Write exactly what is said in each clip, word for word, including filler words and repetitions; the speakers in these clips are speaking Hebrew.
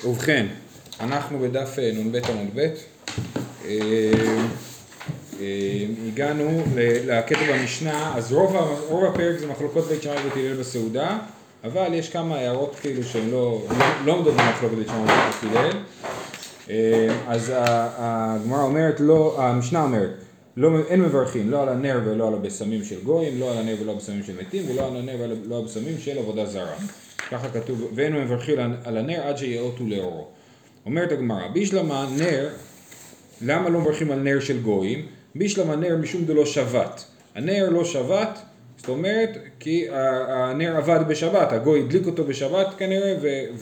ובכן, אנחנו בדף נ"ב עמוד ב', הגענו לקטע במשנה, אז רוב, רוב הפרק זה מחלוקות בית שמאי ובית הלל בסעודה, אבל יש כמה הערות כאילו שהן לא, לא עומדות במחלוקות בית שמאי ובית הלל. אז הגמרא אומרת, לא, המשנה אומרת, לא, אין מברכים לא על הנר ולא על הבשמים של גויים, לא על הנר ולא על הבשמים של מתים, ולא על הנר ולא על הבשמים של עבודה זרה. ככה כתוב, ואין מברכים על הנר עד שיאותו לאורו. אומרת הגמרא, בישלמה נר, למה לא מברכים על נר של גויים? בישלמה נר משום דלא שבת. הנר לא שבת, זאת אומרת, כי הנר עבד בשבת, הגוי הדליק אותו בשבת כנראה,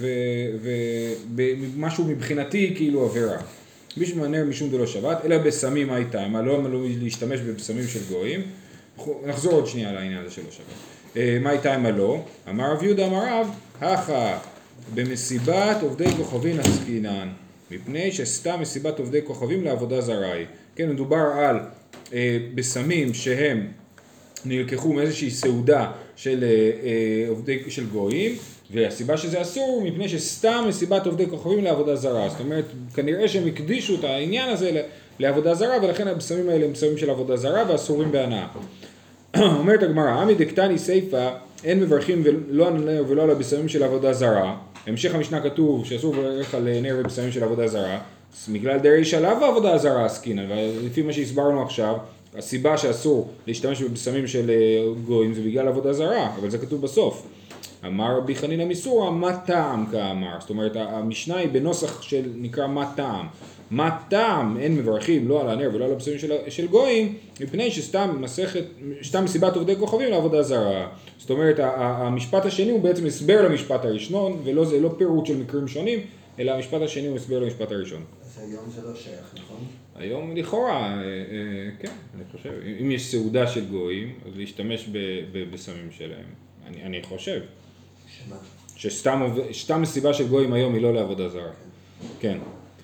ומשהו מבחינתי כאילו עבירה. בישלמה נר משום דלא שבת, אלא בסמים הייתה, מה לא אמרו להשתמש בבשמים של גויים. נחזור עוד שנייה לעניין הזה שלא שבת. מה הייתה מה לא? אמר רב יהודה אמר רב, הכה במסיבת עובדי כוכבים עסקינן, מפני שסתם מסיבת עובדי כוכבים לעבודה זרה היא. כן, מדובר על אה, בסמים שהם נלקחו מאיזושהי סעודה של אה, עובדי של גויים, והסיבה שזה אסור מפני שסתם מסיבת עובדי כוכבים לעבודה זרה. זאת אומרת, כנראה שהם הקדישו את העניין הזה לעבודה זרה, ולכן הבשמים האלה הם בשמים של עבודה זרה ואסורים בהנאה. אומרת הגמרא, עמי דקטני סייפה, אין מברכים ולא על נר ולא על הבשמים של עבודה זרה. בהמשך המשנה כתוב שאסור לברך על נר ובשמים של עבודה זרה, בגלל דרי שלב ועבודה זרה עסקינן, ולפי מה שהסברנו עכשיו, הסיבה שאסור להשתמש בבשמים של גויים זה בגלל עבודה זרה, אבל זה כתוב בסוף. אמר רבי חנינא מסורא, מה טעם כאמר? זאת אומרת, המשנה היא בנוסח של נקרא מה טעם. מה טעם אין מברכים לא על הנר ולא על הבשמים של, של גויים, מפני שסתם מסכת, סתם מסיבת עובדי כוכבים לעבודה זרה. זאת אומרת, המשפט השני הוא בעצם הסבר למשפט הראשון, ולא זה לא פירוט של מקרים שונים, אלא המשפט השני הוא הסבר למשפט הראשון. אז היום זה לא שייך, נכון? היום לכאורה, כן, אני חושב, אם יש סעודה של גויים, אז להשתמש בבשמים שלהם, אני, אני חושב. שמה? שסתם מסיבה של גויים היום היא לא לעבודה זרה. כן.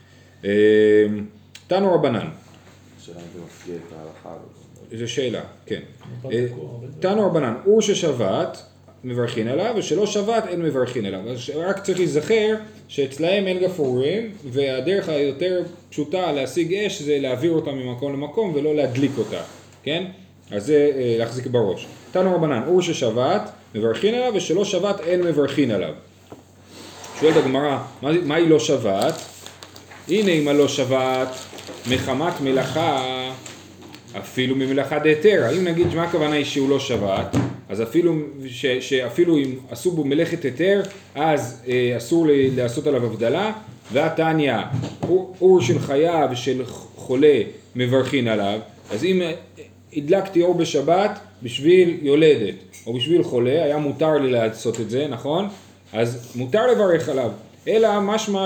תנו רבנן. השאלה אם זה מפגיע את ההלכה. זו שאלה, כן. תנו רבנן, אור ששבת מברכין עליו, ושלא שבת אין מברכין עליו. אז רק צריך להיזכר שאצלהם אין גפרורים, והדרך היותר פשוטה להשיג אש זה להעביר אותה ממקום למקום ולא להדליק אותה, כן? אז זה להחזיק בראש. תנו רבנן, אור ששבת מברכין עליו, ושלא שבת אין מברכין עליו. שואלת הגמרא, מה היא לא שבת? הנה אם הלא שבת מחמת מלאכה, אפילו ממלאכה דהיתר. האם נגיד מה הכוונה היא שהוא לא שבת, אז אפילו, ש, שאפילו אם עשו בו מלאכת היתר, אז אה, אסור לעשות עליו הבדלה, והתניא, אור, אור של חיה ושל חולה מברכין עליו, אז אם הדלקתי אור בשבת בשביל יולדת, או בשביל חולה, היה מותר לי לעשות את זה, נכון? אז מותר לברך עליו. אלא משמע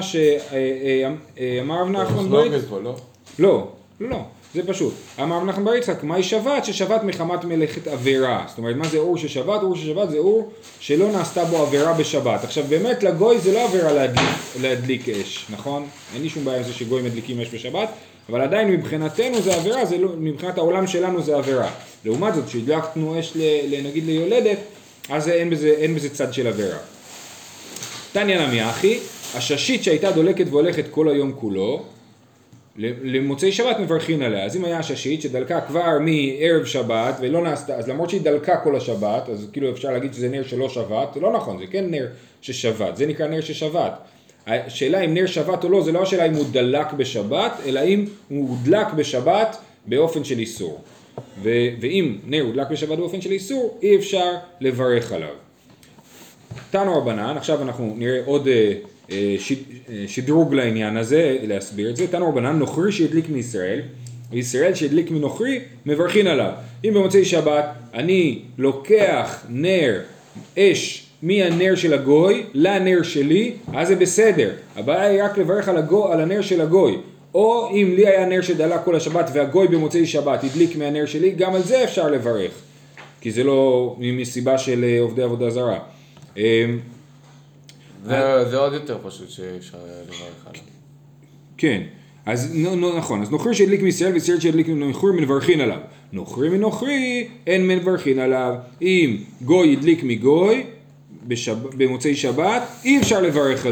שאמר רב נחמן בר יצחק, לא, לא, לא, זה פשוט. אמר רב נחמן בר יצחק, מהי שבת? ששבת מחמת מלאכת עבירה. זאת אומרת, מה זה אור של שבת? אור של שבת זה אור שלא נעשתה בו עבירה בשבת. עכשיו באמת לגוי זה לא עבירה להדליק, להדליק אש, נכון? אין לי שום בעיה עם זה שגוי מדליקים אש בשבת, אבל עדיין מבחינתנו זה עבירה, זה לא, מבחינת העולם שלנו זה עבירה. לעומת זאת, שהדלקנו אש נגיד ליולדת, אז אין בזה, אין בזה צד של עבירה. תניא נמי אחי, הששית שהייתה דולקת והולכת כל היום כולו, למוצאי שבת מברכין עליה. אז אם היה הששית שדלקה כבר מערב שבת ולא נעשתה, אז למרות שהיא דלקה כל השבת, אז כאילו אפשר להגיד שזה נר שלא שבת, זה לא נכון, זה כן נר ששבת, זה נקרא נר ששבת. השאלה אם נר שבת או לא, זה לא השאלה אם הוא דלק בשבת, אלא אם הוא הודלק בשבת באופן של איסור. ו- ואם נר הודלק בשבת באופן של איסור, אי אפשר לברך עליו. תנו רבנן, עכשיו אנחנו נראה עוד אה, אה, ש, אה, שדרוג לעניין הזה, להסביר את זה. תנו רבנן, נוכרי שהדליק מישראל, וישראל שהדליק מנוכרי, מברכין עליו. אם במוצאי שבת אני לוקח נר, אש, מהנר של הגוי לנר שלי, אז זה בסדר. הבעיה היא רק לברך על, הגו, על הנר של הגוי. או אם לי היה נר שדלק כל השבת והגוי במוצאי שבת הדליק מהנר שלי, גם על זה אפשר לברך. כי זה לא מסיבה של עובדי עבודה זרה. זה עוד יותר פשוט שאפשר לברך עליו. כן, אז נכון, אז נוכרי שהדליק מישראל וישראל שהדליק מנוכרי מברכין עליו. נוכרי מנוכרי אין מברכין עליו. אם גוי הדליק מגוי במוצאי שבת, אי אפשר לברך על זה.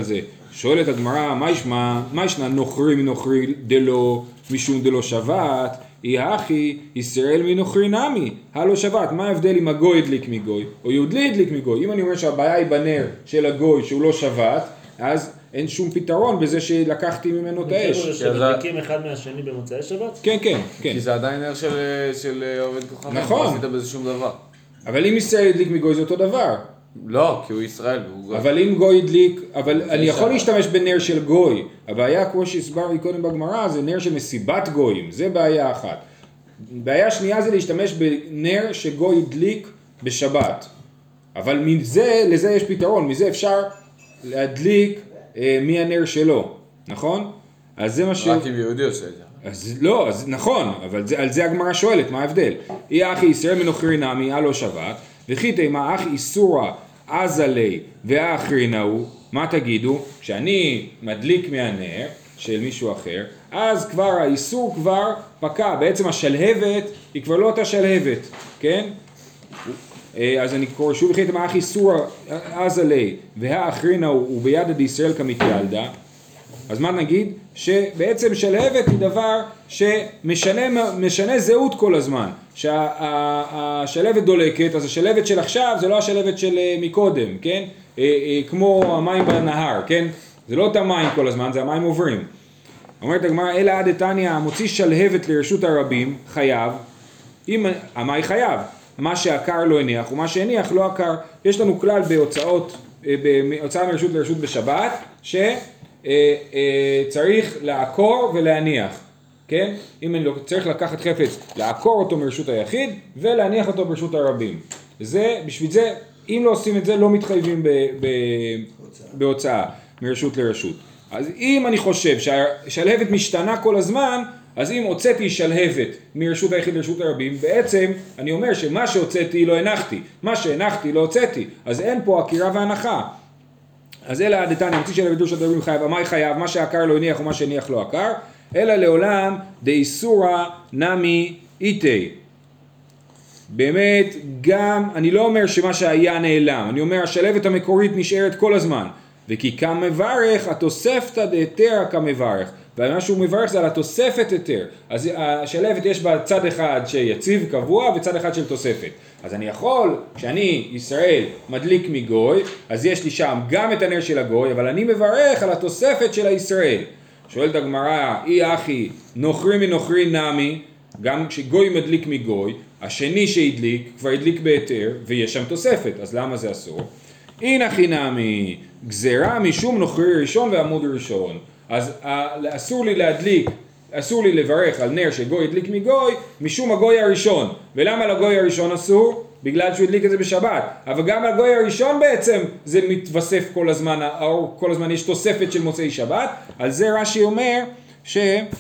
שואלת הגמרא, מה ישמע, מה ישנה נוכרי מנוכרי דלא משום דלא שבת, אי הכי ישראל מנוכרי נמי, הלא שבת, מה ההבדל אם הגוי הדליק מגוי, או יהודי הדליק מגוי? אם אני אומר שהבעיה היא בנר של הגוי שהוא לא שבת, אז אין שום פתרון בזה שלקחתי ממנו את האש. זה שמדליקים אחד מהשני במוצאי שבת? כן, כן, כן. כי זה עדיין נר של עובד כוכבים, נכון. לא עשית בזה שום דבר. אבל אם ישראל הדליק מגוי זה אותו דבר. לא, כי הוא ישראל והוא גוי. אבל אם גוי הדליק, אבל אני יכול להשתמש בנר של גוי. הבעיה, כמו שהסברתי קודם בגמרא, זה נר של מסיבת גויים, זה בעיה אחת. בעיה שנייה זה להשתמש בנר שגוי הדליק בשבת. אבל מזה, לזה יש פתרון, מזה אפשר להדליק אה, מי הנר שלו, נכון? אז זה מה ש... רק אם יהודי עושה את זה. אז לא, אז נכון, אבל זה, על זה הגמרא שואלת, מה ההבדל? אי אחי ישראל מנוכרי נמי, הלא שבת, וכי תימא אחי איסורא עזה לי והאחרינהו, מה תגידו? כשאני מדליק מהנר של מישהו אחר, אז כבר האיסור כבר פקע, בעצם השלהבת היא כבר לא אותה שלהבת, כן? אז אני קורא שוב, וכי תימא אחי איסורא עזה לי והאחרינהו וביד עד ישראל כמתיילדה, אז מה נגיד? שבעצם שלהבת היא דבר שמשנה משנה זהות כל הזמן. שהשלהבת דולקת, אז השלהבת של עכשיו זה לא השלהבת של מקודם, כן? כמו המים בנהר, כן? זה לא אותם מים כל הזמן, זה המים עוברים. אומרת הגמרא, אלא עד תניא המוציא שלהבת לרשות הרבים, חייב. אם המאי חייב, מה שהקר לא הניח ומה שהניח לא הקר. יש לנו כלל בהוצאות, בהוצאה מרשות לרשות בשבת, ש... צריך לעקור ולהניח, כן? אם אני צריך לקחת חפץ, לעקור אותו מרשות היחיד ולהניח אותו ברשות הרבים. זה, בשביל זה, אם לא עושים את זה, לא מתחייבים ב, ב, בהוצאה מרשות לרשות. אז אם אני חושב שהשלהבת משתנה כל הזמן, אז אם הוצאתי שלהבת מרשות היחיד לרשות הרבים, בעצם אני אומר שמה שהוצאתי לא הנחתי, מה שהנחתי לא הוצאתי, אז אין פה עקירה והנחה. אז אלא עד תניא המוציא שלהבת לרשות הרבים חייב, המאי חייב, מה שהעקר לא הניח ומה שהניח לא עקר, אלא לעולם דאיסורא נמי איתי. באמת, גם, אני לא אומר שמה שהיה נעלם, אני אומר השלהבת המקורית נשארת כל הזמן, וכי כמברך התוספתא דהיתרא כמברך, ומה שהוא מברך זה על התוספת היתר. אז השלהבת יש בה צד אחד שיציב קבוע וצד אחד של תוספת. אז אני יכול, כשאני ישראל מדליק מגוי, אז יש לי שם גם את הנר של הגוי, אבל אני מברך על התוספת של הישראל. שואלת הגמרא, אי אחי נוכרי מנוכרי נמי, גם כשגוי מדליק מגוי, השני שהדליק כבר הדליק בהיתר ויש שם תוספת, אז למה זה אסור? אין אחי נמי גזרה משום נוכרי ראשון ועמוד ראשון. אז אסור לי להדליק, אסור לי לברך על נר שגוי הדליק מגוי משום הגוי הראשון. ולמה לגוי הראשון אסור? בגלל שהוא הדליק את זה בשבת. אבל גם לגוי הראשון בעצם זה מתווסף כל הזמן, או כל הזמן יש תוספת של מוצאי שבת. על זה רש"י אומר ש...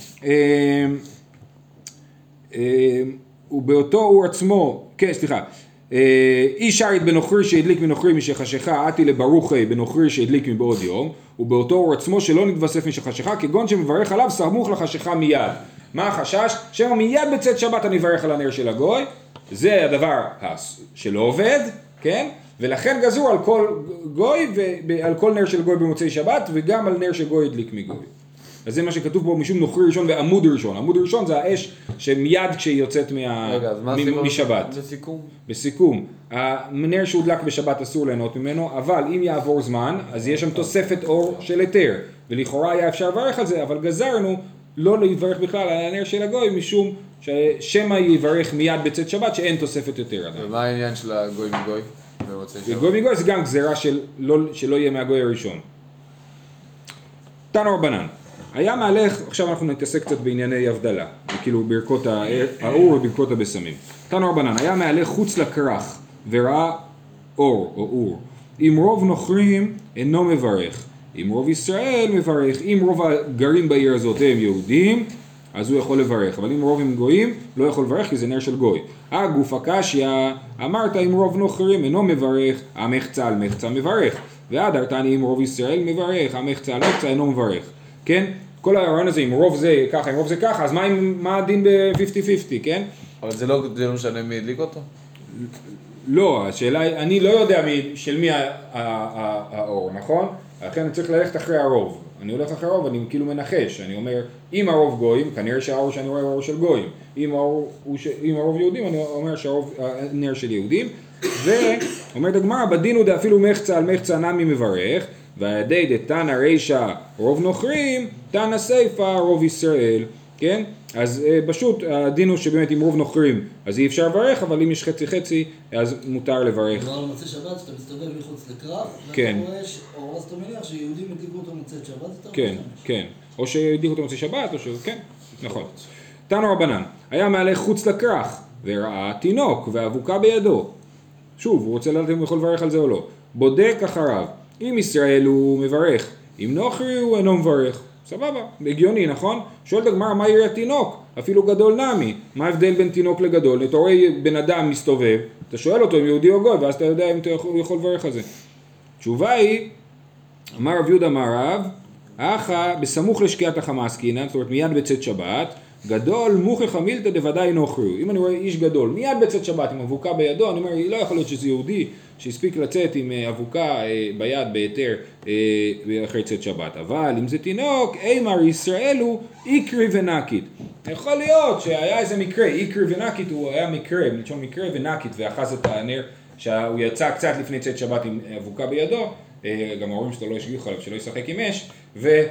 ובאותו הוא עצמו, כן סליחה, אי שרית בנוכרי שהדליק מנוכרי משחשיכה, עתי לברוכי בנוכרי שהדליק מבעוד יום, ובאותו הוא עצמו שלא נתווסף משחשיכה, כגון שמברך עליו סמוך לחשיכה מיד. מה החשש? שמה מיד בצאת שבת אני מברך על הנר של הגוי, זה הדבר שלא עובד, כן? ולכן גזור על כל גוי ועל כל נר של גוי במוצאי שבת, וגם על נר שגוי הדליק מגוי. אז זה מה שכתוב פה משום נוכרי ראשון ועמוד ראשון. עמוד ראשון זה האש שמיד כשהיא יוצאת מה... רגע, אז מה מ- משבת. בסיכום? בסיכום, הנר שהודלק בשבת אסור ליהנות ממנו, אבל אם יעבור זמן, אז יש שם תוספת אור של היתר, ולכאורה היה אפשר לברך על זה, אבל גזרנו לא להתברך בכלל על הנר של הגוי, משום ששמה יברך מיד בצאת שבת שאין תוספת היתר. ומה העניין של הגוי מגוי? גוי מגוי זה גם גזרה של לא, שלא יהיה מהגוי הראשון. תנו רבנן. היה מהלך, עכשיו אנחנו נתעסק קצת בענייני הבדלה, כאילו ברכות האור וברכות הבשמים. תנו רבנן, היה מהלך חוץ לכרך וראה אור או אור. אם רוב נוכרים אינו מברך, אם רוב ישראל מברך, אם רוב הגרים בעיר הזאת הם יהודים, אז הוא יכול לברך, אבל אם רוב הם גויים, לא יכול לברך כי זה נר של גוי. הגוף הקשיא, אמרת אם רוב נוכרים אינו מברך, המחצה על מחצה מברך, ועד הרתני אם רוב ישראל מברך, המחצה על מחצה אינו מברך. כן? כל הרעיון הזה, אם רוב זה ככה, אם רוב זה ככה, אז מה, מה הדין ב-חמישים חמישים, כן? אבל זה לא, זה לא משנה מי הדליק אותו? לא, השאלה היא, אני לא יודע מי, של מי האור, נכון? לכן אני צריך ללכת אחרי הרוב. אני הולך אחרי הרוב, אני כאילו מנחש, אני אומר, אם הרוב גויים, כנראה שהאור שאני רואה הוא אור של גויים. אם הרוב, אם הרוב יהודים, אני אומר שהרוב נר של יהודים. ואומרת הגמרא, בדין הוא דאפילו מחצה על מחצה נמי מברך, והידי דתנא רישא רוב נוכרים, תנא סיפא רוב ישראל. כן? אז פשוט הדין הוא שבאמת אם רוב נוכרים אז אי אפשר לברך, אבל אם יש חצי חצי אז מותר לברך. כלומר למוצאי שבת שאתה מסתובב מחוץ לקרב, כן. ואתה רואה, או אז אתה מניח שיהודים הדליקו אותו מוצאי שבת, אתה כן, כן. או שהדליקו אותו מוצאי שבת, או ש... כן, נכון. תנו רבנן, היה מעלה חוץ לכרך, וראה תינוק ואבוקה בידו. שוב, הוא רוצה לדעת אם הוא יכול לברך על זה או לא. בודק אחריו, אם ישראל הוא מברך, אם נוכרי הוא אינו מברך. סבבה, הגיוני, נכון? שואלת הגמרא, מה יראה תינוק? אפילו גדול נמי. מה ההבדל בין תינוק לגדול? אתה רואה בן אדם מסתובב, אתה שואל אותו אם יהודי או גוי, ואז אתה יודע אם אתה יכול, יכול לברך על זה. תשובה היא, אמר רב יהודה אמר רב, אחא בסמוך לשקיעת החמה עסקינן, זאת אומרת מיד בצאת שבת, גדול מוכיח מילתא דוודאי נוכריו. אם אני רואה איש גדול, מיד בצאת שבת עם אבוקה בידו, אני אומר, לא יכול להיות שזה יהודי שהספיק לצאת עם אבוקה ביד בהיתר אחרי צאת שבת. אבל אם זה תינוק, אימר ישראל הוא איקרי ונקית. יכול להיות שהיה איזה מקרה, איקרי ונקית הוא היה מקרה, מלשון מקרה ונקית, ואחז את הנר שהוא יצא קצת לפני צאת שבת עם אבוקה בידו, גם ההורים שלו לא השגיחו עליו שלא ישחק עם אש, ו,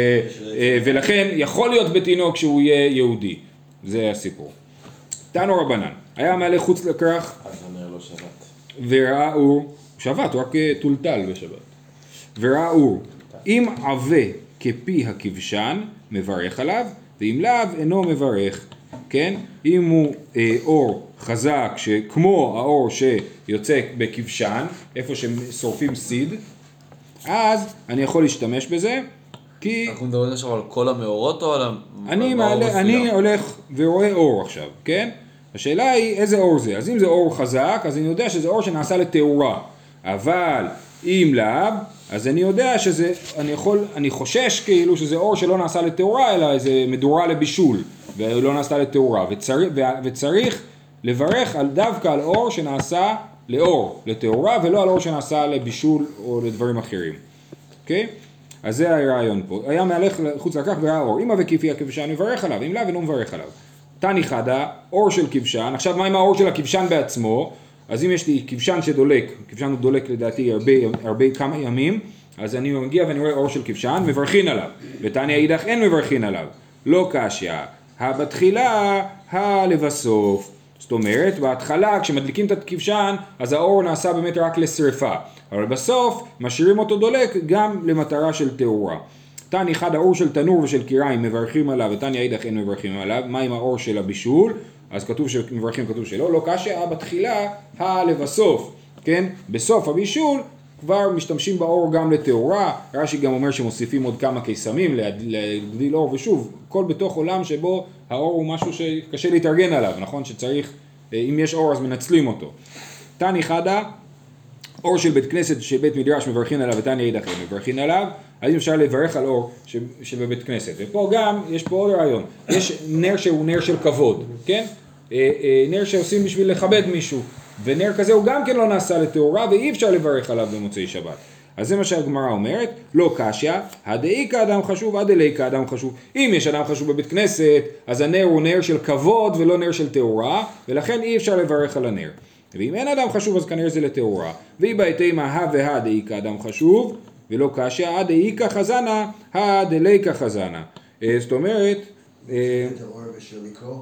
ולכן יכול להיות בתינוק שהוא יהיה יהודי. זה הסיפור. תנו רבנן, היה מעלה חוץ לכרך, אז הנר לא שבת. וראה אור, שבת, הוא רק טולטל בשבת. וראה אור, אם עבה כפי הכבשן, מברך עליו, ואם לאו אינו מברך. כן? אם הוא אה, אור חזק, שכמו האור שיוצא בכבשן, איפה ששורפים סיד, אז אני יכול להשתמש בזה, כי... אנחנו מדברים עכשיו על כל המאורות או על אני, מעלה, אני הולך ורואה אור עכשיו, כן? השאלה היא איזה אור זה. אז אם זה אור חזק, אז אני יודע שזה אור שנעשה לתאורה. אבל אם לאו, אז אני יודע שזה, אני יכול, אני חושש כאילו שזה אור שלא נעשה לתאורה, אלא איזה מדורה לבישול, ולא נעשה לתאורה. וצריך, וצריך לברך על, דווקא על אור שנעשה לאור, לתאורה, ולא על אור שנעשה לבישול או לדברים אחרים. אוקיי? אז זה הרעיון פה. היה מהלך חוץ לכך וראה אור. אמא וכיפי הכבשן מברך עליו, אם לאו אינו מברך עליו. תני חדה, אור של כבשן. עכשיו מה עם האור של הכבשן בעצמו? אז אם יש לי כבשן שדולק, כבשן הוא דולק לדעתי הרבה, הרבה כמה ימים, אז אני מגיע ואני רואה אור של כבשן, מברכין עליו. ותני האידך אין מברכין עליו. לא קשיא. הבתחילה, הלבסוף. זאת אומרת, בהתחלה כשמדליקים את הכבשן, אז האור נעשה באמת רק לשריפה. אבל בסוף משאירים אותו דולק גם למטרה של תאורה. תני אחד האור של תנור ושל קיריים מברכים עליו, ותני האידך אין מברכים עליו. מה עם האור של הבישול? אז כתוב שמברכים, כתוב שלא, לא קשיא, בתחילה, הלבסוף. כן? בסוף הבישול כבר משתמשים באור גם לתאורה. רש"י גם אומר שמוסיפים עוד כמה קיסמים להגדיל אור, ושוב, כל בתוך עולם שבו האור הוא משהו שקשה להתארגן עליו, נכון? שצריך, אם יש אור אז מנצלים אותו. תני חדה, אור של בית כנסת של בית מדרש מברכים עליו, ותני האידך אין מברכים עליו. אז אפשר לברך על אור של בבית כנסת. ופה גם, יש פה עוד רעיון, יש נר שהוא נר של כבוד, כן? נר שעושים בשביל לכבד מישהו, ונר כזה הוא גם כן לא נעשה לתאורה, ואי אפשר לברך עליו במוצאי שבת. אז זה מה שהגמרא אומרת, לא קשיא, הדאיקה אדם חשוב, הדליקה אדם חשוב. אם יש אדם חשוב בבית כנסת, אז הנר הוא נר של כבוד ולא נר של תאורה, ולכן אי אפשר לברך על הנר. ואם אין אדם חשוב, אז כנראה זה לתאורה. ואי בהתאמה ה והדאיקה אדם חשוב, ולא קשיא, הדאיקה חזנה, הדליקה חזנה. זאת אומרת... תאורה בשביל לקרוא?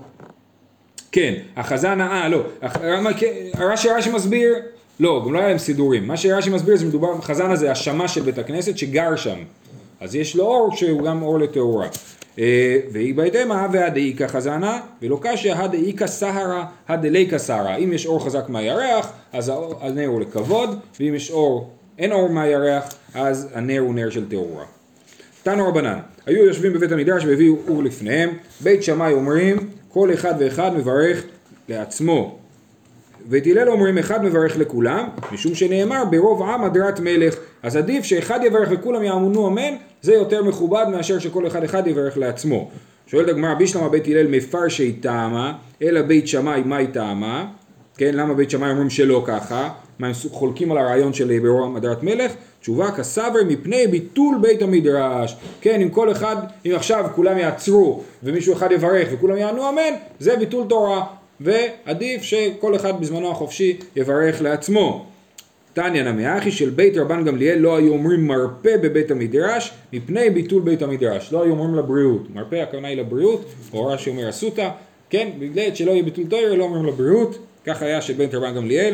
כן, החזנה, אה, לא, הרש"י רש"י מסביר, לא, גם לא היה להם סידורים, מה שרש"י מסביר זה מדובר, חזנה זה השמש של בית הכנסת שגר שם, אז יש לו אור שהוא גם אור לתאורה. והיא בהתאמה, והדאיקה חזנה, ולא קשיא, הדאיקה סהרה, הדליקה סהרה. אם יש אור חזק מהירח, אז הנר הוא לכבוד, ואם יש אור, אין אור מהירח, אז הנר הוא נר של תאורה. תנו רבנן, היו יושבים בבית המדרש והביאו אור לפניהם, בית שמאי אומרים, כל אחד ואחד מברך לעצמו. ואת הלל אומרים אחד מברך לכולם, משום שנאמר ברוב עם הדרת מלך, אז עדיף שאחד יברך וכולם יאמנו אמן, זה יותר מכובד מאשר שכל אחד אחד יברך לעצמו. שואלת הגמרא, בישלמה בית הלל מפרשי טעמה, אלא בית שמאי מאי טעמה, כן, למה בית שמאי אומרים שלא ככה? מה הם חולקים על הרעיון של בירור הדרת מלך? תשובה, כסבר מפני ביטול בית המדרש. כן, אם כל אחד, אם עכשיו כולם יעצרו ומישהו אחד יברך וכולם יענו אמן, זה ביטול תורה. ועדיף שכל אחד בזמנו החופשי יברך לעצמו. תניא נמי אחי של בית רבן גמליאל לא היו אומרים מרפא בבית המדרש מפני ביטול בית המדרש. לא היו אומרים לבריאות. מרפא הכוונה היא לבריאות, או רש"י אומר אסותא. כן, בגלל שלא יהיה ביטול תורה לא אומרים לבריאות. כך היה של בית רבן גמליאל.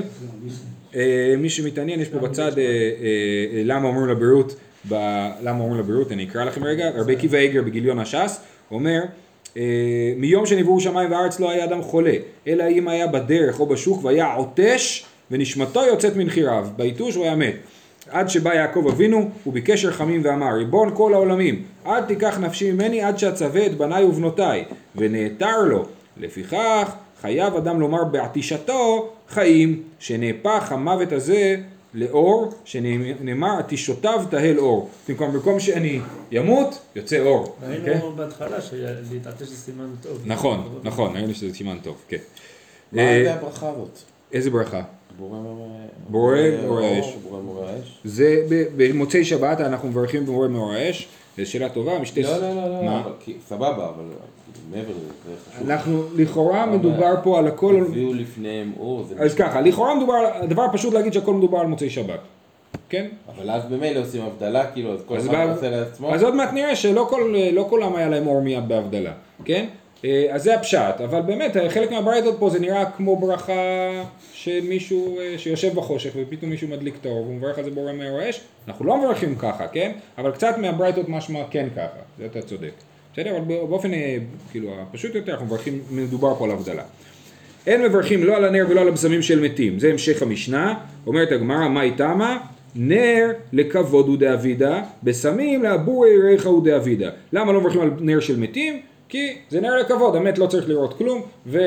מי שמתעניין יש פה בצד למה אומרים לבריאות, למה אומרים לבריאות, אני אקרא לכם רגע. רבי עקיבא איגר בגיליון הש"ס אומר מיום שנבראו שמיים וארץ לא היה אדם חולה, אלא אם היה בדרך או בשוק והיה עוטש ונשמתו יוצאת מנחיריו, בעיטוש הוא היה מת. עד שבא יעקב אבינו וביקש רחמים ואמר, ריבון כל העולמים, אל תיקח נפשי ממני עד שאצווה את בניי ובנותיי, ונעתר לו. לפיכך חייב אדם לומר בעתישתו חיים, שנהפך המוות הזה לאור, שנאמר עתישותיו תהל אור. במקום, במקום שאני ימות, יוצא אור. ראינו בהתחלה שלהתעטש זה סימן טוב. נכון, נכון, ראינו שזה סימן טוב, כן. מה הייתה הברכה הזאת? איזה ברכה? בורא בורא מאור האש. בורא מאור האש. זה במוצאי שבת אנחנו מברכים בבורא מאור האש. זו שאלה טובה, משתי... לא, לא, לא, מה? סבבה, אבל מעבר לזה, זה חשוב. אנחנו, לכאורה מדובר פה על הכל... הביאו לפניהם אור. אז ככה, לכאורה מדובר, הדבר פשוט להגיד שהכל מדובר על מוצאי שבת. כן? אבל אז במילא עושים הבדלה, כאילו, אז כל אחד עושה לעצמו. אז עוד מעט נראה שלא כל, לא כולם היה להם אור מיד בהבדלה, כן? אז זה הפשט, אבל באמת חלק מהברייתות פה זה נראה כמו ברכה של מישהו שיושב בחושך ופתאום מישהו מדליק את האור והוא מברך על זה בורא מאור האש. אנחנו לא מברכים ככה, כן? אבל קצת מהברייתות משמע כן ככה, זה אתה צודק. בסדר? אבל באופן כאילו הפשוט יותר אנחנו מברכים, מדובר פה על הבדלה. אין מברכים לא על הנר ולא על הבשמים של מתים, זה המשך המשנה, אומרת הגמרא מה איתמה? נר לכבוד הוא דאבידה, בשמים לאבורי ריחה הוא דאבידה. למה לא מברכים על נר של מתים? כי זה נר לכבוד, המת לא צריך לראות כלום,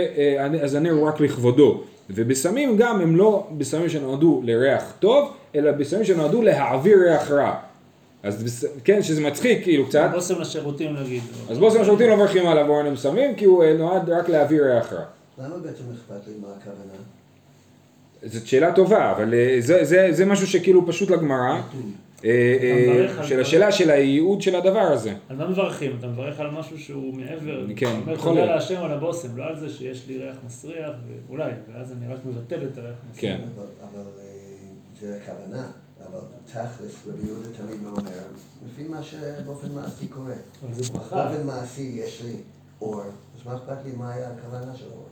אז הנר הוא רק לכבודו. ובשמים גם הם לא בשמים שנועדו לריח טוב, אלא בשמים שנועדו להעביר ריח רע. אז כן, שזה מצחיק כאילו קצת. בושם לשירותים נגיד. אז בושם לשירותים לא מברכים עליו אורן הם שמים, כי הוא נועד רק להעביר ריח רע. למה בעצם אכפת לי מה הכוונה? זאת שאלה טובה, אבל זה, זה, זה משהו שכאילו פשוט לגמרא. של השאלה של הייעוד של הדבר הזה. על מה מברכים? אתה מברך על משהו שהוא מעבר. כן, אתה אומר תודה להשם על הבושם, לא על זה שיש לי ריח מסריח, ואולי, ואז אני רק מבטל את הריח מסריח. כן. אבל, אבל זה הכוונה, אבל תכלס, רבי יהודה תמיד אומר, לפי מה שבאופן מעשי קורה. אבל זה ברכה. באופן מעשי יש לי אור, אז מה אכפת לי מה היה הכוונה של אור?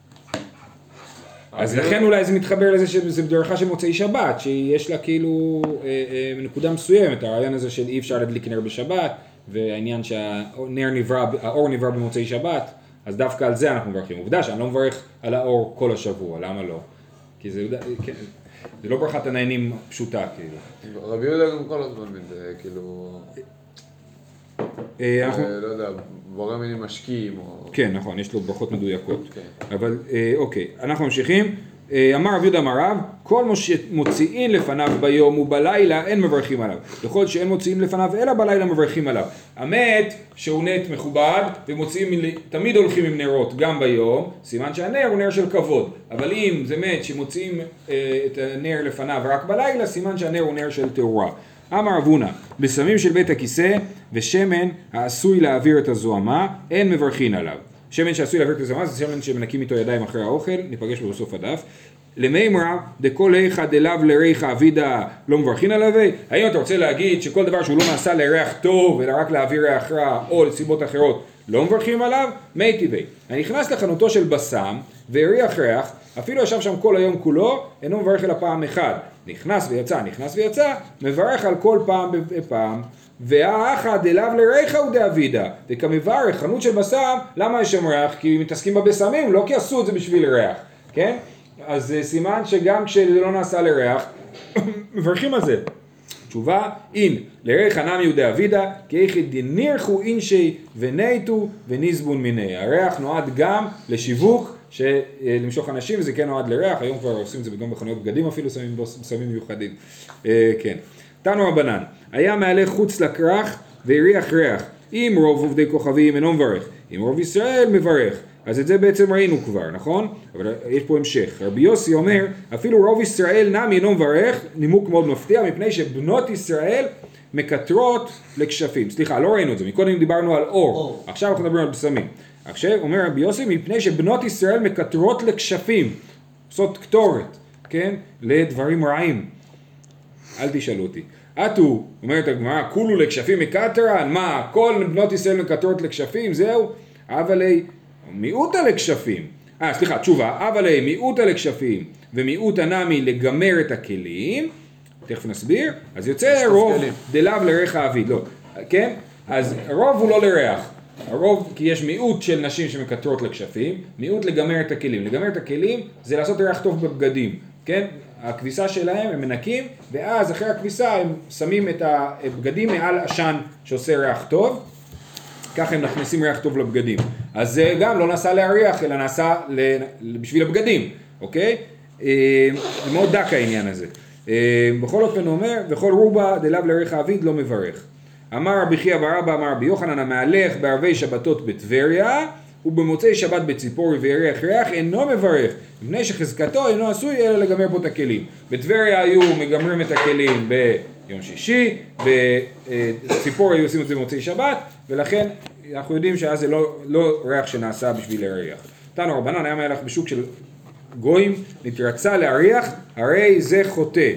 אז לכן אולי זה מתחבר לזה שזה ברכה של מוצאי שבת, שיש לה כאילו אה, אה, נקודה מסוימת, הרעיון הזה של אי אפשר להדליק נר בשבת, והעניין שהנר נברא, האור נברא במוצאי שבת, אז דווקא על זה אנחנו מברכים. עובדה שאני לא מברך על האור כל השבוע, למה לא? כי זה, כן, זה לא ברכת הנהנים פשוטה, כאילו. רבי יהודה גם כל הזמן מזה, כאילו... אה, אנחנו... לא יודע, בורא מינים משקיעים או... כן, נכון, יש לו ברכות מדויקות. כן. אבל, אה, אוקיי, אנחנו ממשיכים. אה, אמר רב יהודה אמר רב, כל מה שמוציאים לפניו ביום ובלילה אין מברכים עליו. לכל שאין מוציאים לפניו אלא בלילה מברכים עליו. המת שהוא נט מכובד ומוציאים, תמיד הולכים עם נרות גם ביום, סימן שהנר הוא נר של כבוד. אבל אם זה מת שמוציאים אה, את הנר לפניו רק בלילה, סימן שהנר הוא נר של תאורה. אמר רב הונא, בשמים של בית הכיסא ושמן העשוי להעביר את הזוהמה, אין מברכין עליו. שמן שעשוי להעביר את הזוהמה זה שמן שמנקים איתו ידיים אחרי האוכל, ניפגש בו בסוף הדף. למימרא דכל איכא דלאו לריחא אבידא לא מברכין עליו? האם אתה רוצה להגיד שכל דבר שהוא לא נעשה לריח טוב אלא רק להעביר ריח רע או לסיבות אחרות לא מברכים עליו? מי טבעי. אני נכנס לחנותו של בסם והריח ריח, אפילו ישב שם כל היום כולו, אינו מברך אלא פעם אחד. נכנס ויצא, נכנס ויצא, מברך על כל פעם בפעם, והאחא דלאו לריחא הוא דאבידא, וכמברך, חנות של בסם, למה יש שם ריח? כי מתעסקים בבשמים, לא כי עשו את זה בשביל ריח, כן? אז זה סימן שגם כשזה לא נעשה לריח, מברכים על זה. תשובה, אין, לריחא נמי הוא דאבידא, כי איכא דנירחו אינשי ונייטו וניזבון מיני. הריח נועד גם לשיווק, למשוך אנשים, וזה כן נועד לריח, היום כבר עושים את זה גם בחנויות בגדים אפילו, שמים בשמים מיוחדים. כן. תנו רבנן, היה מעלה חוץ לכרך והריח ריח, אם רוב עובדי כוכבים אינו מברך, אם רוב ישראל מברך, אז את זה בעצם ראינו כבר, נכון? אבל יש פה המשך. רבי יוסי אומר, אפילו רוב ישראל נמי אינו מברך, נימוק מאוד מפתיע, מפני שבנות ישראל מקטרות לכשפים. סליחה, לא ראינו את זה, מקודם דיברנו על אור, אור. עכשיו אנחנו מדברים על בשמים. עכשיו אומר רבי יוסי, מפני שבנות ישראל מקטרות לכשפים, עושות קטורת, כן? לדברים רעים. אל תשאלו אותי. אתו, אומרת הגמרא, כולו לכשפים מקטרן, מה, כל בנות ישראל מקטרות לכשפים, זהו? אבל מיעוטה לכשפים. אה, סליחה, תשובה, אבל מיעוטה לכשפים ומיעוטה נמי לגמר את הכלים, תכף נסביר, אז יוצא רוב דלאו לריח האביד, לא, כן? אז רוב הוא לא לריח, הרוב, כי יש מיעוט של נשים שמקטרות לכשפים, מיעוט לגמר את הכלים, לגמר את הכלים זה לעשות ריח טוב בבגדים, כן? הכביסה שלהם הם מנקים, ואז אחרי הכביסה הם שמים את הבגדים מעל עשן שעושה ריח טוב, ככה הם נכנסים ריח טוב לבגדים. אז זה גם לא נעשה להריח, אלא נעשה בשביל הבגדים, אוקיי? זה מאוד דק העניין הזה. בכל אופן הוא אומר, וכל רובה דלאו לריח האביד לא מברך. אמר רבי חייא בר אבא, אמר רבי יוחנן, המהלך בערבי שבתות בטבריה, ובמוצאי שבת בציפורי וירח ריח אינו מברך, מפני שחזקתו אינו עשוי אלא לגמר בו את הכלים. בטבריה היו מגמרים את הכלים ביום שישי, בציפורי היו עושים את זה במוצאי שבת, ולכן אנחנו יודעים שאז זה לא, לא ריח שנעשה בשביל להריח. תנו רבנן, היה מהלך בשוק של גויים, נתרצה להריח, הרי זה חוטא.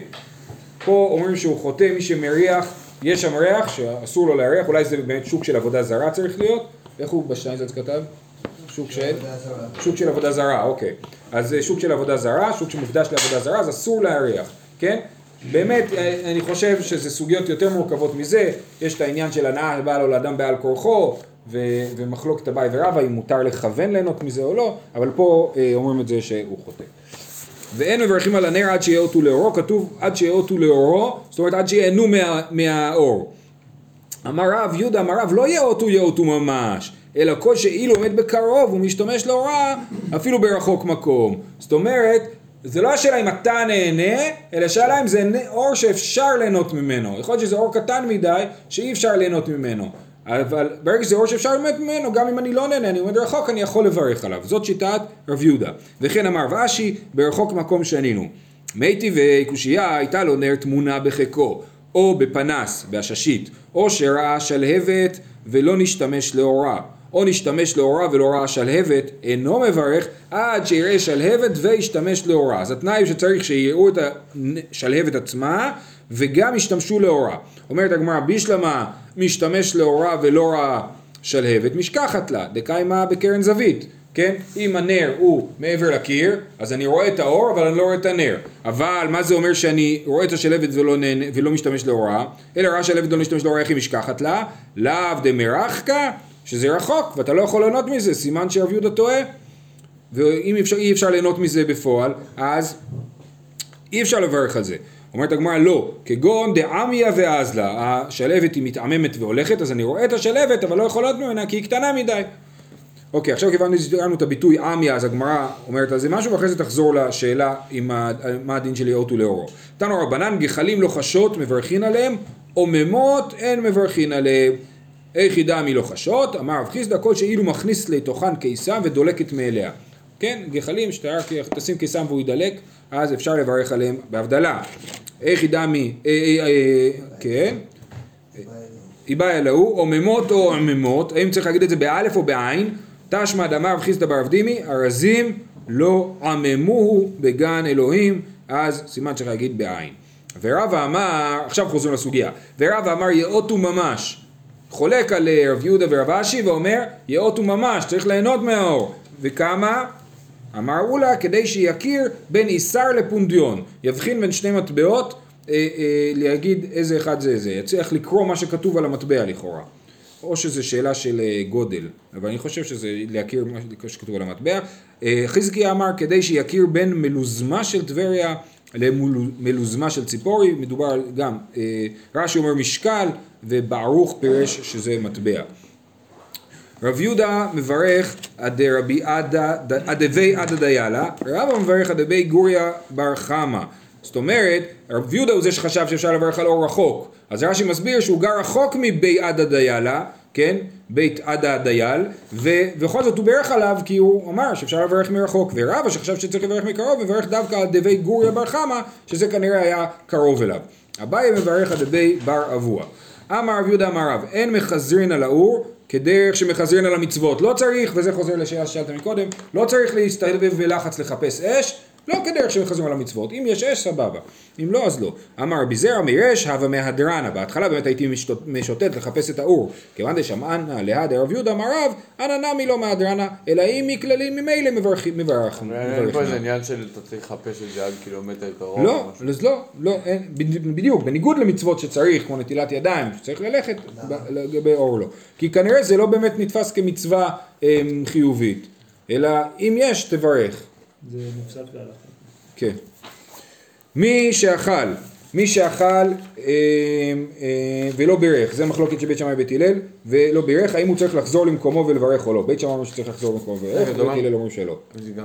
פה אומרים שהוא חוטא, מי שמריח, יש שם ריח שאסור לו להריח, אולי זה באמת שוק של עבודה זרה צריך להיות. איך הוא בשטיינזלץ כתב? שוק של? שוק של עבודה זרה, אוקיי. אז שוק של עבודה זרה, שוק שמוקדש לעבודה זרה, אז אסור להריח, כן? באמת, אני חושב שזה סוגיות יותר מורכבות מזה, יש את העניין של הנאה בעל או לאדם בעל כורחו, ו- ומחלוקת אביי ורבא, אם מותר לכוון ליהנות מזה או לא, אבל פה אה, אומרים את זה שהוא חוטא. ואין מברכים על הנר עד שיעוטו לאורו, כתוב עד שיעוטו לאורו, זאת אומרת עד שיהנו מה, מהאור. אמר רב, יהודה אמר רב, לא יעוטו יעוטו ממש, אלא כל שאילו עומד בקרוב ומשתמש לאורה, אפילו ברחוק מקום. זאת אומרת, זה לא השאלה אם אתה נהנה, אלא שאלה אם זה אור שאפשר ליהנות ממנו. יכול להיות שזה אור קטן מדי, שאי אפשר ליהנות ממנו. אבל ברגע שזה אור שאפשר ליהנות ממנו, גם אם אני לא נהנה, אני עומד רחוק, אני יכול לברך עליו. זאת שיטת רב יהודה. וכן אמר ואשי, ברחוק מקום שנינו. מי טבעי קושייה הייתה לו נר תמונה בחיקו, או בפנס, בהששית, או שראה שלהבת ולא נשתמש לאורה. או נשתמש לאורה ולא ראה שלהבת, אינו מברך עד שיראה שלהבת וישתמש לאורה. אז התנאי שצריך שיראו את השלהבת עצמה וגם ישתמשו לאורה. אומרת הגמרא, בישלמה משתמש לאורה ולא ראה שלהבת, משכחת לה, דקיימה בקרן זווית. כן? אם הנר הוא מעבר לקיר, אז אני רואה את האור, אבל אני לא רואה את הנר. אבל מה זה אומר שאני רואה את השלהבת ולא, נהנה, ולא משתמש לאורה? אלא ראה שלהבת ולא משתמש לאורה, איך היא משכחת לה? לאו דמרחקה, שזה רחוק, ואתה לא יכול ליהנות מזה, סימן שרב יהודה טועה. ואם אפשר, אי אפשר ליהנות מזה בפועל, אז אי אפשר לברך על זה. אומרת הגמרא, לא, כגון דעמיה ואזלה, השלהבת היא מתעממת והולכת, אז אני רואה את השלהבת, אבל לא יכול ליהנות ממנה, כי היא קטנה מדי. אוקיי, עכשיו כיוון את הביטוי עמיה, אז הגמרא אומרת על זה משהו, ואחרי זה תחזור לשאלה עם מה הדין של יעוטו לאורו. תנו רבנן, גחלים לוחשות מברכין עליהם, עוממות אין מברכין עליהם. איך ידע מי לוחשות? אמר רב חיסדא, כל שאילו מכניס לתוכן קיסם ודולקת מאליה. כן, גחלים שתיאר תשים קיסם והוא ידלק, אז אפשר לברך עליהם בהבדלה. איך ידע מי, אה, אה, אה, כן, איבאי אלוהו, עוממות או עממות, האם צריך להגיד את זה באלף או בעין? תשמע דאמר רב חיסדא בר אבדימי, הרזים לא עממוהו בגן אלוהים, אז סימן צריך להגיד בעין. ורבא אמר, עכשיו חוזרים לסוגיה, ורבא אמר יעוטו ממש, חולק על רב יהודה ורב אשי ואומר יעוטו ממש, צריך ליהנות מהאור. וכמה? אמרו לה כדי שיכיר בין איסר לפונדיון, יבחין בין שני מטבעות, אה, אה, להגיד איזה אחד זה זה, יצליח לקרוא מה שכתוב על המטבע לכאורה. או שזה שאלה של גודל, אבל אני חושב שזה להכיר מה שכתוב על המטבע. חזקיה אמר כדי שיכיר בין מלוזמה של טבריה למלוזמה של ציפורי, מדובר גם, רש"י אומר משקל וברוך פירש שזה מטבע. רב יהודה מברך עד רבי עדבי עדה דיילה, רבא מברך עד רבי גוריה בר חמה. זאת אומרת, רב יהודה הוא זה שחשב שאפשר לברך על אור רחוק. אז רש"י מסביר שהוא גר רחוק מבי עדה דיילה, כן? בית עדה דייל, ובכל זאת הוא ברך עליו כי הוא אמר שאפשר לברך מרחוק, ורבא שחשב שצריך לברך מקרוב, מברך דווקא על דבי גוריה בר חמא, שזה כנראה היה קרוב אליו. אביי מברך על דבי בר אבוה. אמר רב יהודה אמר רב, אין מחזרין על האור, כדרך שמחזרין על המצוות. לא צריך, וזה חוזר לשאלה ששאלת מקודם, לא צריך להסתובב בלחץ לחפש אש, לא כדרך שמחזרים על המצוות. אם יש אש, סבבה. אם לא, אז לא. אמר רבי זרע מירש, הווה מהדרנה. בהתחלה באמת הייתי משוטט לחפש את האור. כיוון דשמענה להד רב יהודה אמר רב, אנא נמי לא מהדרנה, אלא אם מכללים ממילא מברכים. אין פה איזה עניין של אתה צריך לחפש את זה עד קילומטר קרוב. לא, אז לא, לא, בדיוק, בניגוד למצוות שצריך, כמו נטילת ידיים, שצריך ללכת לגבי אור לא. כי כנראה זה לא באמת נתפס כמצווה חיובית, אלא אם יש, תברך. זה נפסק להלכה. כן. מי שאכל, מי שאכל אה, אה, ולא בירך, זה מחלוקת של בית שמאי ובית הלל, ולא בירך, האם הוא צריך לחזור למקומו ולברך או לא. בית שמאי אומר שצריך לחזור למקומו ולברך, ובית הלל אומרים שלא.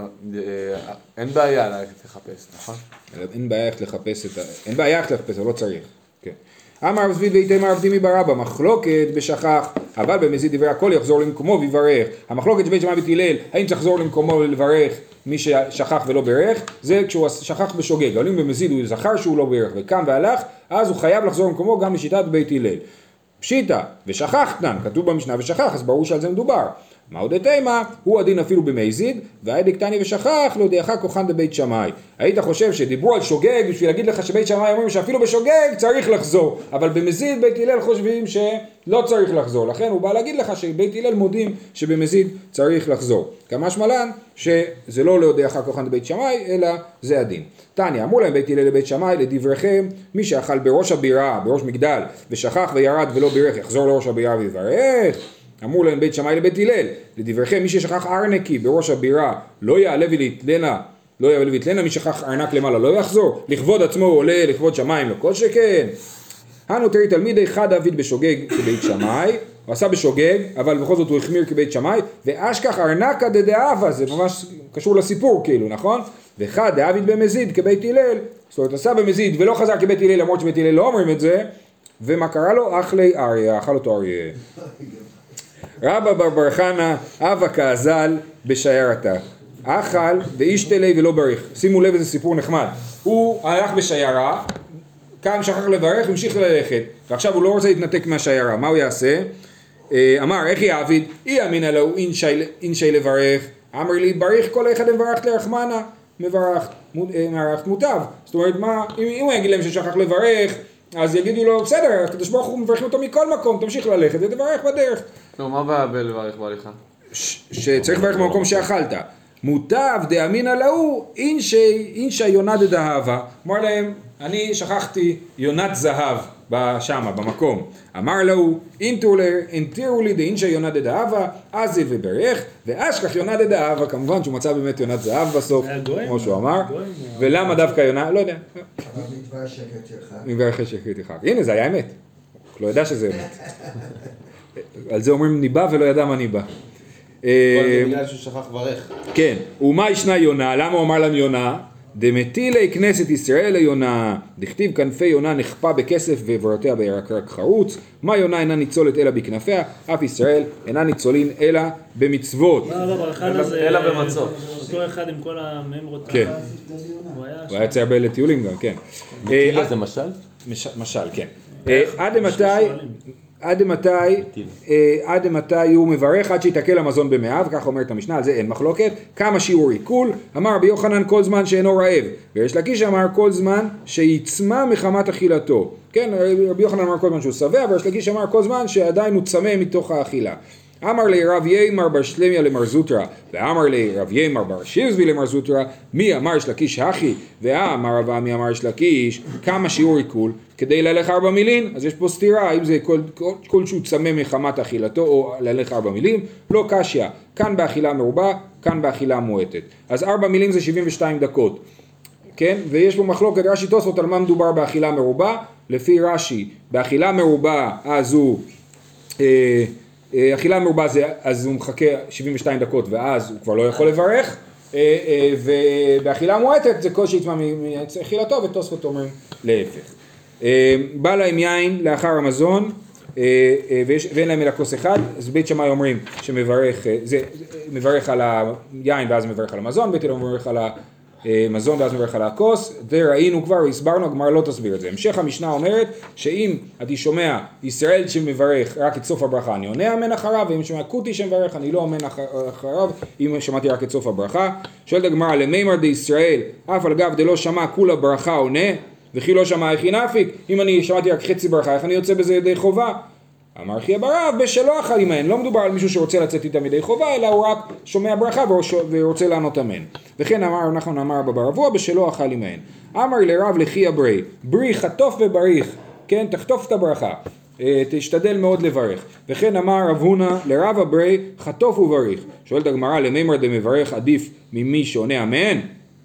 אין בעיה ללכת לחפש, נכון? אין בעיה איך לחפש את ה... אין בעיה איך לחפש, אבל לא צריך. כן. אמר רב צבי ואיתמר עבדי מברבא, מחלוקת בשכח, אבל במזיד דברי הכל יחזור למקומו ויברך. המחלוקת של בית שמאי ובית הלל, האם צריך לחזור למקומו ולברך מי ששכח ולא בירך, זה כשהוא שכח בשוגג. אבל אם במזיד הוא זכר שהוא לא בירך וקם והלך, אז הוא חייב לחזור למקומו גם לשיטת בית הלל. פשיטא, ושכחתן, כתוב במשנה ושכח, אז ברור שעל זה מדובר. מה עוד התימה? הוא הדין אפילו במזיד, והיידי קטני ושכח, לא דיחה כוחן דבית שמאי. היית חושב שדיברו על שוגג בשביל להגיד לך שבית שמאי אומרים שאפילו בשוגג צריך לחזור, אבל במזיד בית הלל חושבים שלא צריך לחזור. לכן הוא בא להגיד לך שבית הלל מודים שבמזיד צריך לחזור. כמה שמלן שזה לא לא דיחה כוחן דבית שמאי, אלא זה הדין. תניא, אמרו להם בית הלל לבית שמאי, לדבריכם, מי שאכל בראש הבירה, בראש מגדל, ושכח וירד ולא בירך, יחזור לראש הבירה ויברך. אמרו להם בית שמאי לבית הלל, לדבריכם מי ששכח ארנקי בראש הבירה לא יעלה ולהתלנה, לא יעלה ולהתלנה, מי שכח ארנק למעלה לא יחזור, לכבוד עצמו הוא עולה, לכבוד שמיים לא כל שכן. הנו תראי תלמידי חד דוד בשוגג כבית שמאי, הוא עשה בשוגג, אבל בכל זאת הוא החמיר כבית שמאי, ואשכח ארנקה דדאבה, זה ממש קשור לסיפור כאילו, נכון? וחד דוד במזיד כבית הלל, זאת אומרת עשה במזיד ולא חזר כבית הלל, למרות שבית הלל לא אומרים את זה, ומה קרה לו? אכלי אריה, אכל אותו אריה. רבא בר בר חנא אבא כעזל בשיירתה, אכל ואישתלי ולא ברך. שימו לב איזה סיפור נחמד. הוא הלך בשיירה, קם שכח לברך, המשיך ללכת, ועכשיו הוא לא רוצה להתנתק מהשיירה. מה הוא יעשה? אמר, איך יעביד? אי אמינא לו אינשי לברך, אמר לי בריך כל אחד מברכת לרחמנה, מברכת מוטב. זאת אומרת, מה, אם הוא יגיד להם ששכח לברך, אז יגידו לו, בסדר, הקדוש ברוך הוא מברכים אותו מכל מקום, תמשיך ללכת ותברך בדרך. נו, מה הבעיה בלברך בהליכה? שצריך לברך במקום שאכלת. מוטב דאמינא להו אינשי יונה דדהבה. אמר להם, אני שכחתי יונת זהב שמה, במקום. אמר לו, אינתירו לי דאינשי יונה דדהבה, אז זה וברך, ואשכח יונה דדהבה. כמובן שהוא מצא באמת יונת זהב בסוף, כמו שהוא אמר. ולמה דווקא יונה? לא יודע. אבל מדבר שקר תרחק. מדבר שקר תרחק. הנה, זה היה אמת. לא ידע שזה אמת. על זה אומרים ניבא ולא ידע מה ניבא. כל זה בגלל שהוא שכח ברך. כן, ומה ישנה יונה? למה הוא אמר להם יונה? דמטילי כנסת ישראל ליונה, דכתיב כנפי יונה נכפה בכסף ועברותיה בירקרק חרוץ. מה יונה אינה ניצולת אלא בכנפיה, אף ישראל אינה ניצולין אלא במצוות. מה רב הרחן הזה? אלא במצות. אותו אחד עם כל הממרות. כן. הוא היה יוצא הרבה לטיולים גם, כן. מטילה זה משל? משל, כן. עד מתי... עד מתי, עד מתי הוא מברך עד שיתקל המזון במאיו, כך אומרת המשנה, על זה אין מחלוקת. כמה שיעור עיכול? אמר רבי יוחנן כל זמן שאינו רעב, ויש לקיש אמר כל זמן שיצמא מחמת אכילתו. כן, רבי יוחנן אמר כל זמן שהוא שבע, ויש לקיש אמר כל זמן שעדיין הוא צמא מתוך האכילה. אמר לי רב יימר בר שלמיה למר זוטרא, ואמר לי רב יימר בר שירזבי למר זוטרא, מי אמר יש לקיש הכי, ואמר רב עמי אמר יש לקיש, כמה שיעור עיכול? כדי ללך ארבע מילין, אז יש פה סתירה, אם זה כל, כל, כל שהוא צמא מחמת אכילתו או ללך ארבע מילים, לא קשיא, כאן באכילה מרובה, כאן באכילה מועטת. אז ארבע מילים זה שבעים ושתיים דקות, כן? ויש פה מחלוקת רש"י תוספות על מה מדובר באכילה מרובה, לפי רש"י, באכילה מרובה אז הוא, אה, אה, אכילה מרובה זה, אז הוא מחכה שבעים ושתיים דקות ואז הוא כבר לא יכול לברך, אה, אה, ובאכילה מועטת זה כל שיצמא מאכילתו ותוספות אומרים להפך. בא להם יין לאחר המזון, ויש, ואין להם אלא כוס אחד, אז בית שמאי אומרים שמברך, זה מברך על היין ואז מברך על המזון, בית הלל מברך על המזון ואז מברך על הכוס, וראינו כבר, הסברנו, הגמרא לא תסביר את זה. המשך המשנה אומרת שאם אני שומע ישראל שמברך רק את סוף הברכה, אני עונה אמן אחריו, ואם שומע קוטי שמברך, אני לא אמן אחריו, אם שמעתי רק את סוף הברכה. שואלת הגמרא, למימר דישראל, אף על גב דלא שמע כולה ברכה עונה, וכי לא שמע הכי נפיק, אם אני שמעתי רק חצי ברכה, איך אני יוצא בזה ידי חובה? אמר חייא ברב, בשלא אכל עמהן, לא מדובר על מישהו שרוצה לצאת איתם ידי חובה, אלא הוא רק שומע ברכה ורוצה לענות אמן. וכן אמר, אנחנו אמר בברבוע, בשלא אכל עמהן. אמר לרב לחייא ברי, ברי חטוף ובריך, כן, תחטוף את הברכה, תשתדל מאוד לברך. וכן אמר רב הונא לרב הברי, חטוף ובריך. שואלת הגמרא, למימר דמברך עדיף ממי שעונה אמן?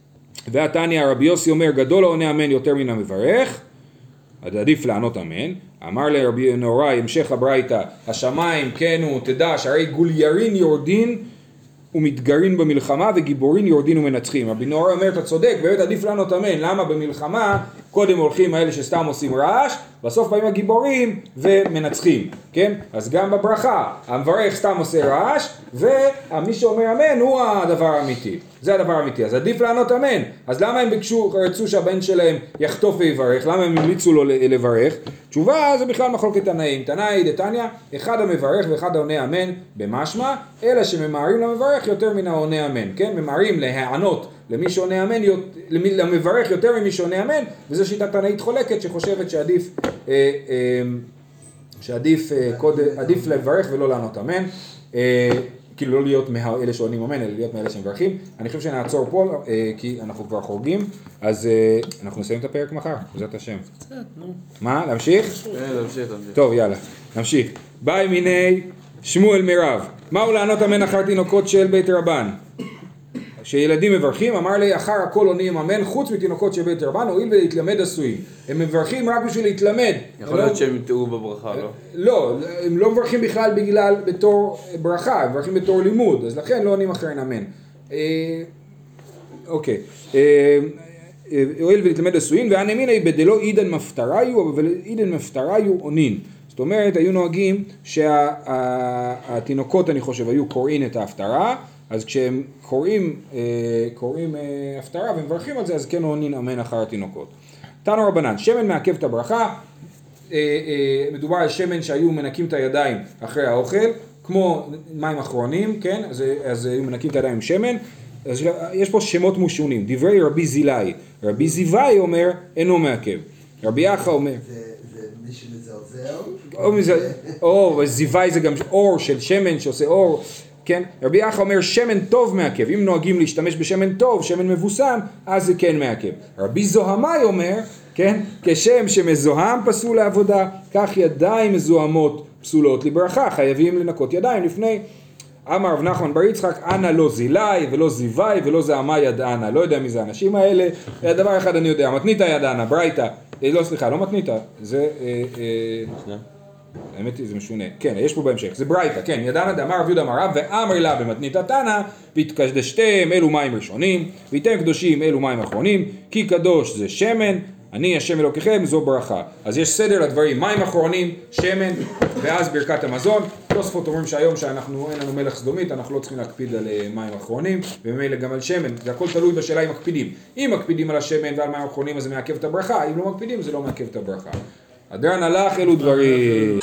והתניא רבי יוסי אומר, גדול העונה אמן יותר מן המברך, עדיף לענות אמן. אמר לרבי נהוראי, המשך הברייתא, השמיים כן הוא תדע שהרי גוליירין יורדין ומתגרין במלחמה וגיבורין יורדין ומנצחים. רבי נהוראי אומר, אתה צודק, באמת עדיף לענות אמן. למה במלחמה קודם הולכים האלה שסתם עושים רעש, בסוף באים הגיבורים ומנצחים, כן? אז גם בברכה, המברך סתם עושה רעש, ומי שאומר אמן הוא הדבר האמיתי. זה הדבר האמיתי. אז עדיף לענות אמן. אז למה הם ביקשו, רצו שהבן שלהם יחטוף ויברך? למה הם המליצו לו לברך? תשובה, זה בכלל מחלוקת תנאים. תנאי דתניא, אחד המברך ואחד העונה אמן במשמע, אלא שממהרים למברך יותר מן העונה אמן, כן? ממהרים להענות למי שעונה אמן, למברך יותר ממי שעונה אמן, וזו שיטה תנאית חולקת שחושבת שעדיף, אה, אה, שעדיף אה, קוד, עדיף לברך ולא לענות אמן, אה, כאילו לא להיות מאלה שעונים אמן, אלא להיות מאלה שמברכים. אני חושב שנעצור פה, אה, כי אנחנו כבר חורגים, אז אה, אנחנו נסיים את הפרק מחר, בעזרת השם. קצת, נו. מה, להמשיך? כן, תמשיך, תמשיך. טוב, יאללה, נמשיך. באי מיני שמואל מירב, מהו לענות אמן אחר תינוקות של בית רבן? שילדים מברכים, אמר לי, אחר הכל עונים אמן, חוץ מתינוקות של בית רבן, הואיל ולהתלמד עשויים. הם מברכים רק בשביל להתלמד. יכול להיות שהם יטעו בברכה, לא? לא, הם לא מברכים בכלל בגלל בתור ברכה, הם מברכים בתור לימוד, אז לכן לא עונים אחריהן אמן. אוקיי. הואיל ולהתלמד עשויים, והנמיני בדלו עידן מפטריו, אבל עידן מפטריו עונין. זאת אומרת, היו נוהגים שהתינוקות, אני חושב, היו קוראים את ההפטרה, אז כשהם קוראים, קוראים הפטרה ומברכים על זה, אז כן עונים אמן אחר התינוקות. תנו רבנן, שמן מעכב את הברכה, מדובר על שמן שהיו מנקים את הידיים אחרי האוכל, כמו מים אחרונים, כן? אז, אז היו מנקים את הידיים עם שמן. אז יש פה שמות מושונים, דברי רבי זילאי. רבי זיוואי אומר, אינו מעכב. רבי יחא אומר... זה מי שמזלזל? או, מזל... או זיוואי זה גם אור של שמן שעושה אור. כן? רבי יחא אומר שמן טוב מעכב, אם נוהגים להשתמש בשמן טוב, שמן מבוסם, אז זה כן מעכב. רבי זוהמאי אומר, כן? כשם שמזוהם פסול לעבודה, כך ידיים מזוהמות פסולות לברכה, חייבים לנקות ידיים לפני. אמר רב נחמן בר יצחק, אנא לא זילאי ולא זיוואי ולא זעמה ידענה, לא יודע מי זה האנשים האלה, דבר אחד אני יודע, מתניתא ידענה, ברייתא, לא סליחה, לא מתניתא, זה... האמת היא זה משונה, כן, יש פה בהמשך, זה ברייתא, כן, ידענה דאמר רב יהודה אמר רב ואמר לה במתניתא תנא, והתקדשתם אלו מים ראשונים, והייתם קדושים אלו מים אחרונים, כי קדוש זה שמן, אני השם אלוקיכם, זו ברכה. אז יש סדר לדברים, מים אחרונים, שמן, ואז ברכת המזון. תוספות אומרים שהיום שאנחנו, אין לנו מלך סדומית, אנחנו לא צריכים להקפיד על מים אחרונים, וממילא גם על שמן. זה הכל תלוי בשאלה אם מקפידים. אם מקפידים על השמן ועל מים אחרונים, אז זה מעכב את הברכה, אם לא מקפידים, זה לא מעכב את הברכה. הדרן הלך, אלו דברים.